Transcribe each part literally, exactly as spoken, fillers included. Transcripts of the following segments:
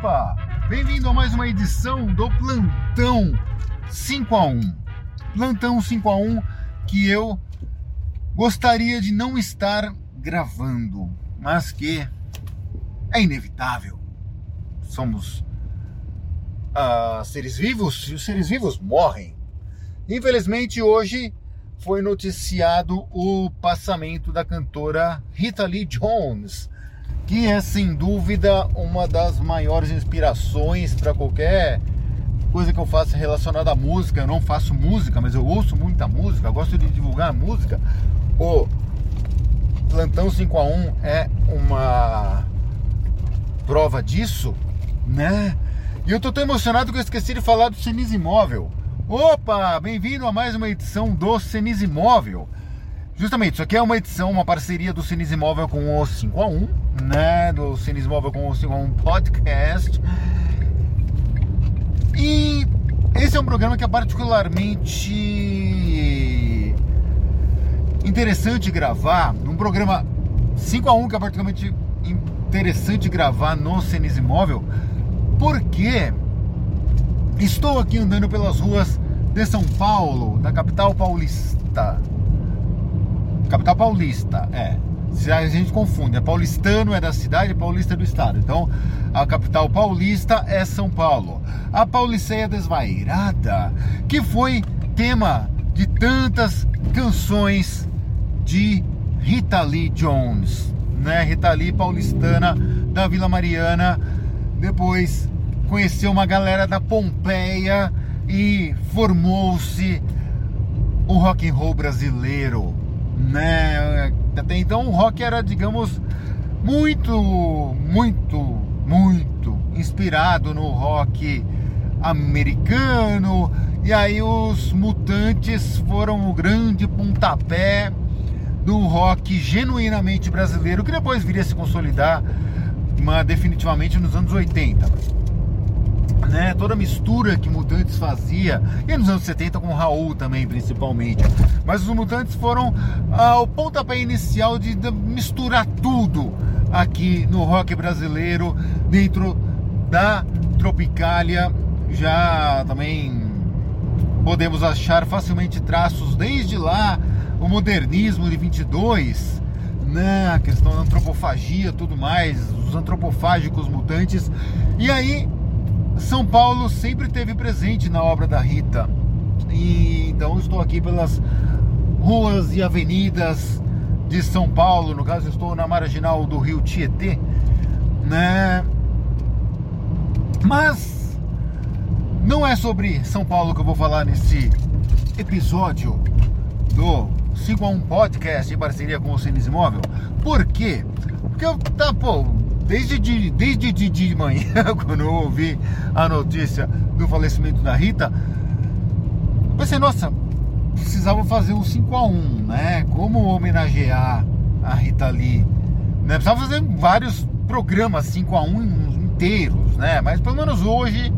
Opa! Bem-vindo a mais uma edição do Plantão cinco a um. Plantão cinco a um que eu gostaria de não estar gravando, mas que é inevitável. Somos uh, seres vivos e os seres vivos morrem. Infelizmente, hoje foi noticiado o passamento da cantora Rita Lee Jones, que é sem dúvida uma das maiores inspirações para qualquer coisa que eu faça relacionada à música. Eu não faço música, mas eu ouço muita música, gosto de divulgar música. O Plantão cinco a um é uma prova disso, né? E eu tô tão emocionado que eu esqueci de falar do Senise Imóvel. Opa, bem-vindo a mais uma edição do Senise Imóvel. Justamente, isso aqui é uma edição, uma parceria do Senise Imóvel com o cinco a um, né? Do Senise Imóvel com o cinco a um Podcast. E esse é um programa que é particularmente interessante gravar. Um programa cinco a um que é particularmente interessante gravar no Senise Imóvel, porque estou aqui andando pelas ruas de São Paulo, da capital paulista. Capital paulista, é. A gente confunde, é paulistano é da cidade, é paulista é do estado. Então, a capital paulista é São Paulo. A Pauliceia Desvairada, que foi tema de tantas canções de Rita Lee Jones, né? Rita Lee, paulistana da Vila Mariana. Depois conheceu uma galera da Pompeia e formou-se o rock and roll brasileiro, né? Até então o rock era, digamos, muito, muito, muito inspirado no rock americano. E aí os Mutantes foram o grande pontapé do rock genuinamente brasileiro, que depois viria a se consolidar mas, definitivamente nos anos oitenta, né? Toda a mistura que Mutantes fazia, e nos anos setenta com o Raul também, principalmente. Mas os Mutantes foram ah, o pontapé inicial de, de misturar tudo aqui no rock brasileiro, dentro da Tropicália. Já também podemos achar facilmente traços desde lá, o modernismo de vinte e dois, né? A questão da antropofagia, tudo mais, os antropofágicos Mutantes. E aí São Paulo sempre esteve presente na obra da Rita. E então estou aqui pelas ruas e avenidas de São Paulo. No caso, estou na marginal do Rio Tietê, né? Mas não é sobre São Paulo que eu vou falar nesse episódio do cinco a um Podcast em parceria com o Senise Imóvel. Por quê? Porque eu tá, pô, desde de, desde de, de manhã, quando eu ouvi a notícia do falecimento da Rita, eu pensei, nossa, precisava fazer um cinco a um, né? Como homenagear a Rita Lee, né? Precisava fazer vários programas cinco a um inteiros, né? Mas pelo menos hoje,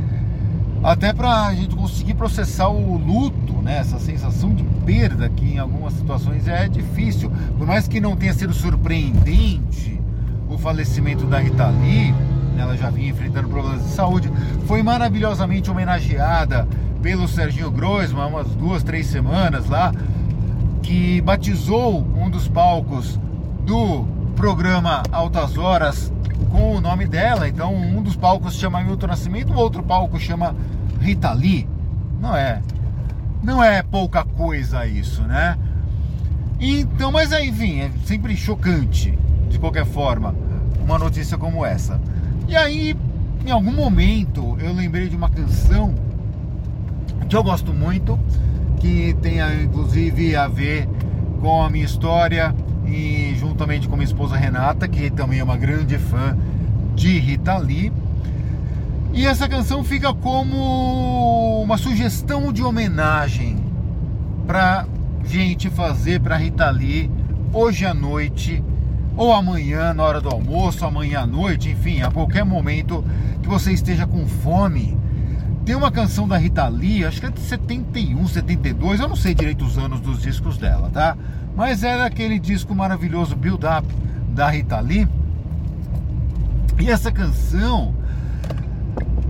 até pra gente conseguir processar o luto, né? Essa sensação de perda que em algumas situações é difícil. Por mais que não tenha sido surpreendente o falecimento da Rita Lee, ela já vinha enfrentando problemas de saúde, foi maravilhosamente homenageada pelo Serginho Groisman há umas duas, três semanas lá, que batizou um dos palcos do programa Altas Horas com o nome dela. Então um dos palcos chama Milton Nascimento, o outro palco chama Rita Lee. Não é, não é pouca coisa isso, né? Então, mas enfim, é sempre chocante, de qualquer forma, uma notícia como essa. E aí, em algum momento, eu lembrei de uma canção que eu gosto muito, que tem inclusive a ver com a minha história, e juntamente com minha esposa Renata, que também é uma grande fã de Rita Lee. E essa canção fica como uma sugestão de homenagem pra gente fazer pra Rita Lee hoje à noite, ou amanhã na hora do almoço, amanhã à noite, enfim, a qualquer momento que você esteja com fome. Tem uma canção da Rita Lee, acho que é de setenta e um, setenta e dois, eu não sei direito os anos dos discos dela, tá? Mas era aquele disco maravilhoso, Build Up, da Rita Lee. E essa canção,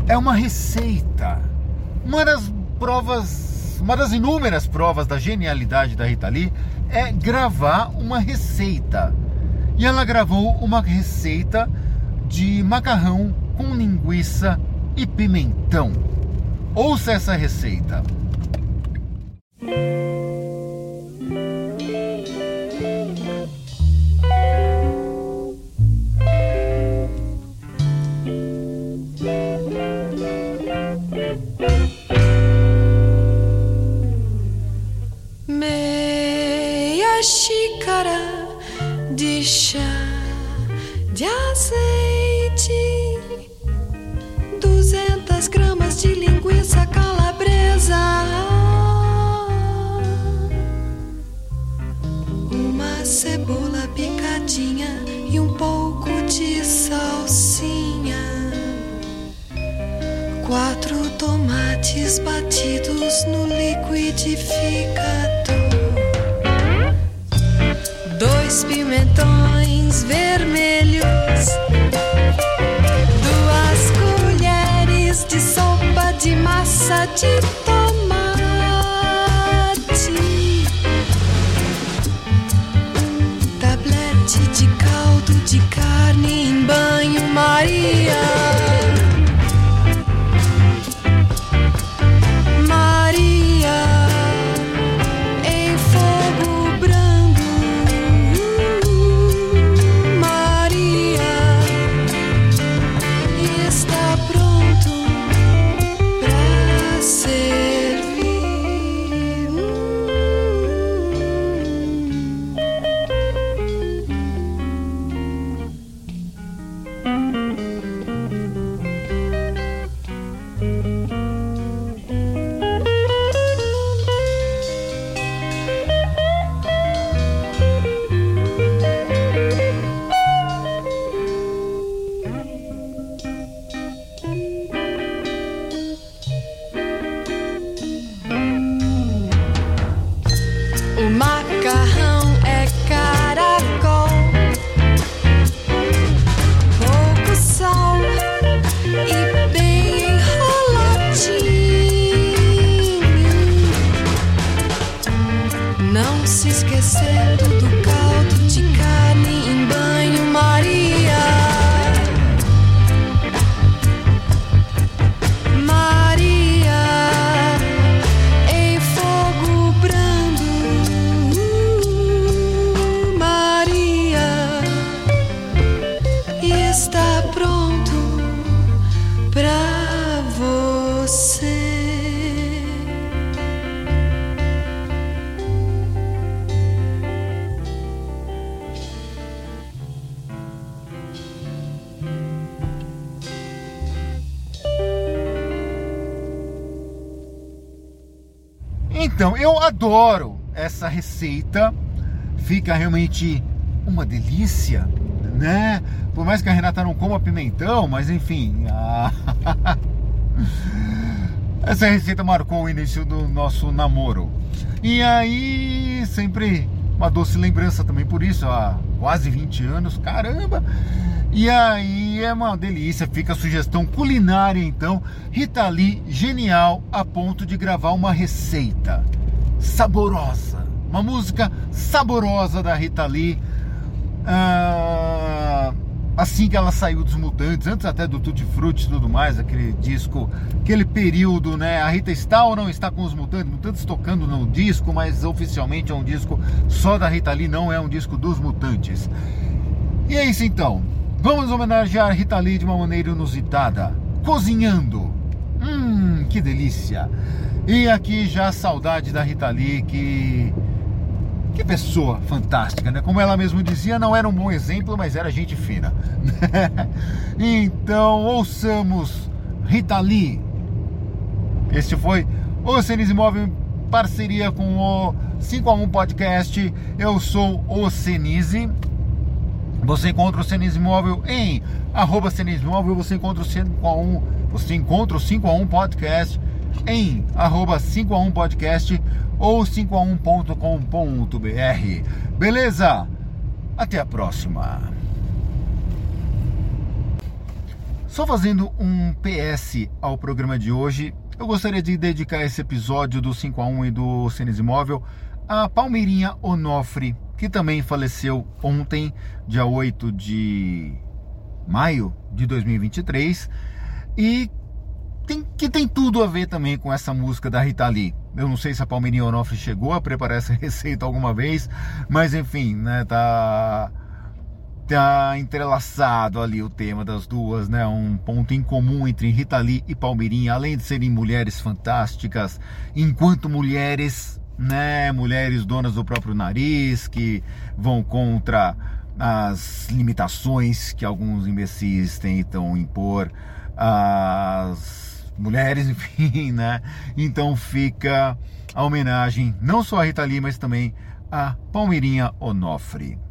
é uma receita. Uma das provas, uma das inúmeras provas da genialidade da Rita Lee é gravar uma receita. E ela gravou uma receita de macarrão com linguiça e pimentão. Ouça essa receita. Meia xícara de chá de azeite, duzentas gramas de linguiça calabresa, uma cebola picadinha e um pouco de salsinha, quatro tomates batidos no liquidificador, dois pimentões vermelhos, duas colheres de sopa de massa de tomate, um tablete de caldo de carne em banho-maria. O macarrão é caracol, pouco sal e bem enroladinho. Não se esquecendo do caldo de carne em banho-maria. Está pronto pra você. Então, eu adoro essa receita. Fica realmente uma delícia, né? Por mais que a Renata não coma pimentão, mas enfim, a... essa receita marcou o início do nosso namoro. E aí, sempre uma doce lembrança também por isso, há quase vinte anos, caramba! E aí é uma delícia, fica a sugestão culinária então. Rita Lee, genial a ponto de gravar uma receita saborosa, uma música saborosa da Rita Lee. Ah, assim que ela saiu dos Mutantes, antes até do Tutti Frutti e tudo mais, aquele disco, aquele período, né? A Rita está ou não está com os Mutantes? Mutantes tocando no disco, mas oficialmente é um disco só da Rita Lee, não é um disco dos Mutantes. E é isso então, vamos homenagear a Rita Lee de uma maneira inusitada, cozinhando. Hum, que delícia! E aqui já a saudade da Rita Lee, que... Que pessoa fantástica, né? Como ela mesma dizia, não era um bom exemplo, mas era gente fina. Então, ouçamos Rita Lee. Este foi o Senise Móvel em parceria com o cinco a um Podcast. Eu sou o Senise. Você encontra o Senise Móvel em arroba Senise Móvel. Você encontra o cinco a um, você encontra o cinco a um Podcast em arroba cinco a um Podcast ou cinco a um ponto com ponto br. Beleza? Até a próxima. Só fazendo um P S ao programa de hoje, eu gostaria de dedicar esse episódio do cinco a um e do Cines Imóvel a Palmeirinha Onofre, que também faleceu ontem, dia oito de maio de dois mil e vinte e três, e tem, que tem tudo a ver também com essa música da Rita Lee. Eu não sei se a Palmeirinha Onofre chegou a preparar essa receita alguma vez, mas enfim, né, tá... tá entrelaçado ali o tema das duas, né? Um ponto em comum entre Rita Lee e Palmeirinha, além de serem mulheres fantásticas, enquanto mulheres, né? Mulheres donas do próprio nariz, que vão contra as limitações que alguns imbecis tentam impor às mulheres, enfim, né? Então fica a homenagem não só a Rita Lee, mas também a Palmeirinha Onofre.